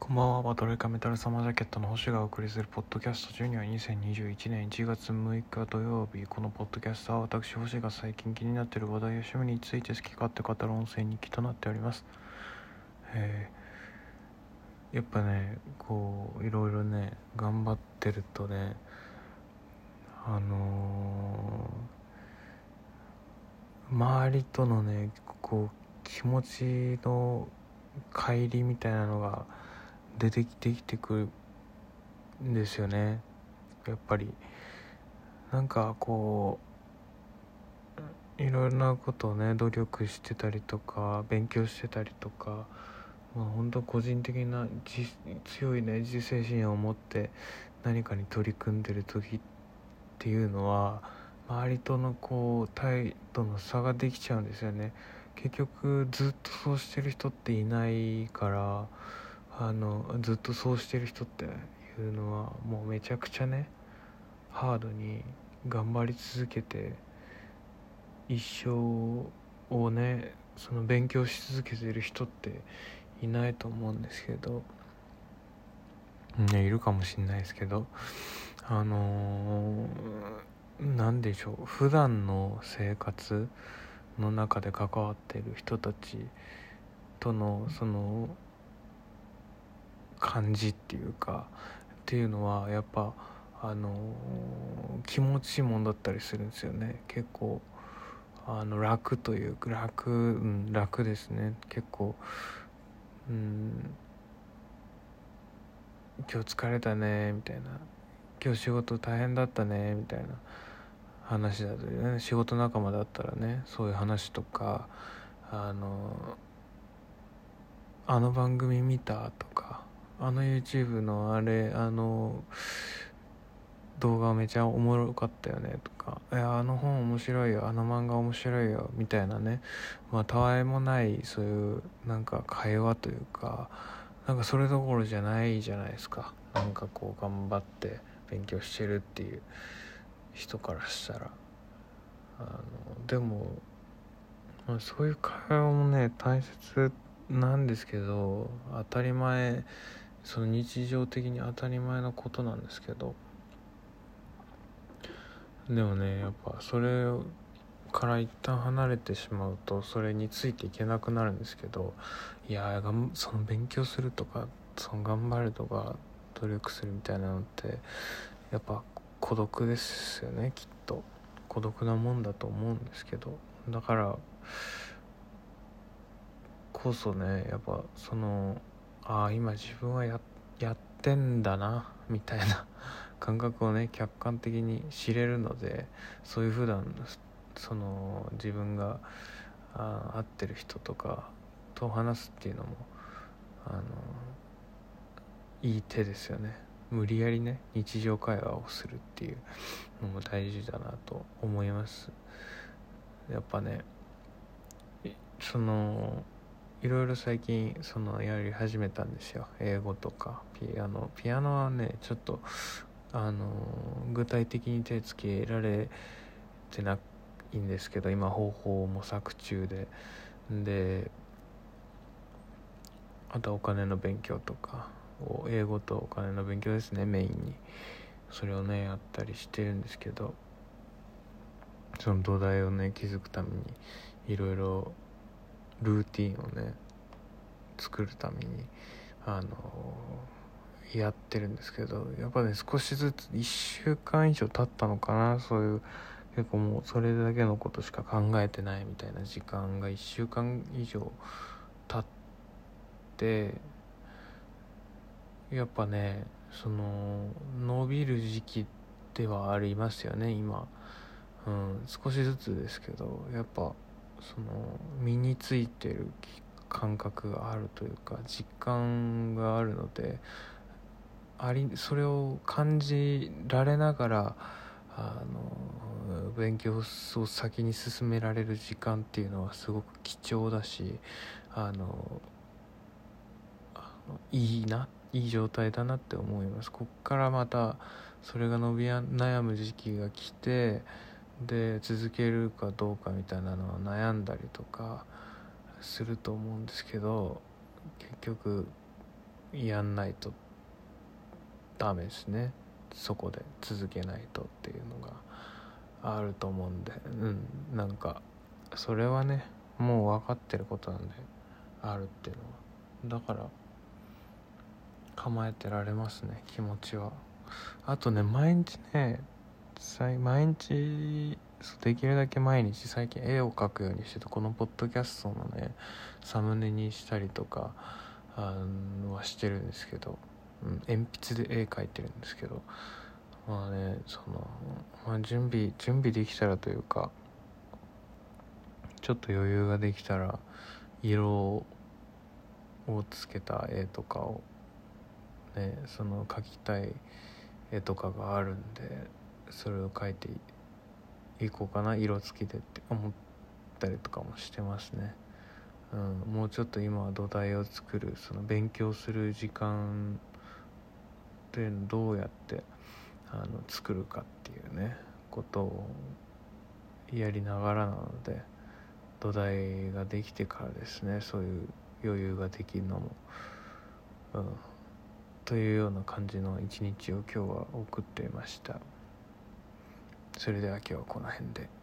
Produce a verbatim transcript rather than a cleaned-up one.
こんばんは。バトルカメタルサマージャケットの星がお送りするポッドキャストジュニアにせんにじゅういちねんいちがつむいか土曜日。このポッドキャストは私星が最近気になっている話題や趣味について好き勝手語る音声日記となっております。えー、やっぱねこういろいろね頑張ってるとねあのー、周りとのねこう気持ちの乖離みたいなのが出てきてきてくるんですよね。やっぱりなんかこういろいろなことをね努力してたりとか勉強してたりとか、まあ、本当個人的な自強いね自制心を持って何かに取り組んでる時っていうのは周りとのこう態度の差ができちゃうんですよね。結局ずっとそうしてる人っていないからあのずっとそうしてる人っていうのはもうめちゃくちゃねハードに頑張り続けて一生をねその勉強し続けてる人っていないと思うんですけどね、いるかもしれないですけどあのー、なんでしょう普段の生活の中で関わっている人たちとのその感じっていうかっていうのはやっぱあのー、気持ちいいもんだったりするんですよね。結構あの楽というか楽、うん、楽ですね。結構、うん、今日疲れたねみたいな、今日仕事大変だったねみたいな話だとね、仕事仲間だったらねそういう話とかあのあの番組見たとかあの YouTube のあれあの動画めちゃおもろかったよねとか、いやあの本面白いよ、あの漫画面白いよみたいなね、まあたわいもないそういうなんか会話というかなんかそれどころじゃないじゃないですか。なんかこう頑張って勉強してるっていう人からしたらあのでも、まあ、そういう会話もね大切なんですけど当たり前その日常的に当たり前のことなんですけど、でもねやっぱそれから一旦離れてしまうとそれについていけなくなるんですけど、いやがんその勉強するとかその頑張るとか努力するみたいなのってやっぱ孤独ですよね。きっと孤独なもんだと思うんですけど、だからこそねやっぱそのああ今自分は や, やってんだなみたいな感覚をね客観的に知れるので、そういう普段その自分があ会ってる人とかと話すっていうのもあのいい手ですよね。無理やりね日常会話をするっていうのも大事だなと思います。やっぱねそのいろいろ最近そのやり始めたんですよ。英語とかピアノピアノはねちょっとあの具体的に手つけられてないんですけど今方法を模索中でであとはお金の勉強とか英語とお金の勉強ですねメインにそれをねやったりしてるんですけど、その土台をね築くためにいろいろルーティンをね作るためにあのやってるんですけど、やっぱね少しずついっしゅうかん以上経ったのかな、そういう結構もうそれだけのことしか考えてないみたいな時間がいっしゅうかん以上経って、やっぱねその伸びる時期ではありますよね今、うん、少しずつですけどやっぱその身についてる感覚があるというか実感があるので、ありそれを感じられながらあの勉強を先に進められる時間っていうのはすごく貴重だし、あのいいないい状態だなって思います。こっからまたそれが伸び悩む時期が来てで続けるかどうかみたいなのは悩んだりとかすると思うんですけど、結局やんないとダメですね。そこで続けないとっていうのがあると思うんで、うんなんかそれはねもう分かってることなんであるっていうのはだから構えてられますね気持ちは。あとね毎日ね毎日できるだけ毎日最近絵を描くようにしてて、このポッドキャストのねサムネにしたりとかあのはしてるんですけど、うん、鉛筆で絵描いてるんですけど、まあねその、まあ、準備準備できたらというかちょっと余裕ができたら色をつけた絵とかをねその描きたい絵とかがあるんでそれを描いていこうかな色付きでって思ったりとかもしてますね。うん、もうちょっと今は土台を作るその勉強する時間っていうのをどうやってあの作るかっていうねことをやりながらなので、土台ができてからですねそういう余裕ができるのも、うん、というような感じの一日を今日は送っていました。それでは今日はこの辺で。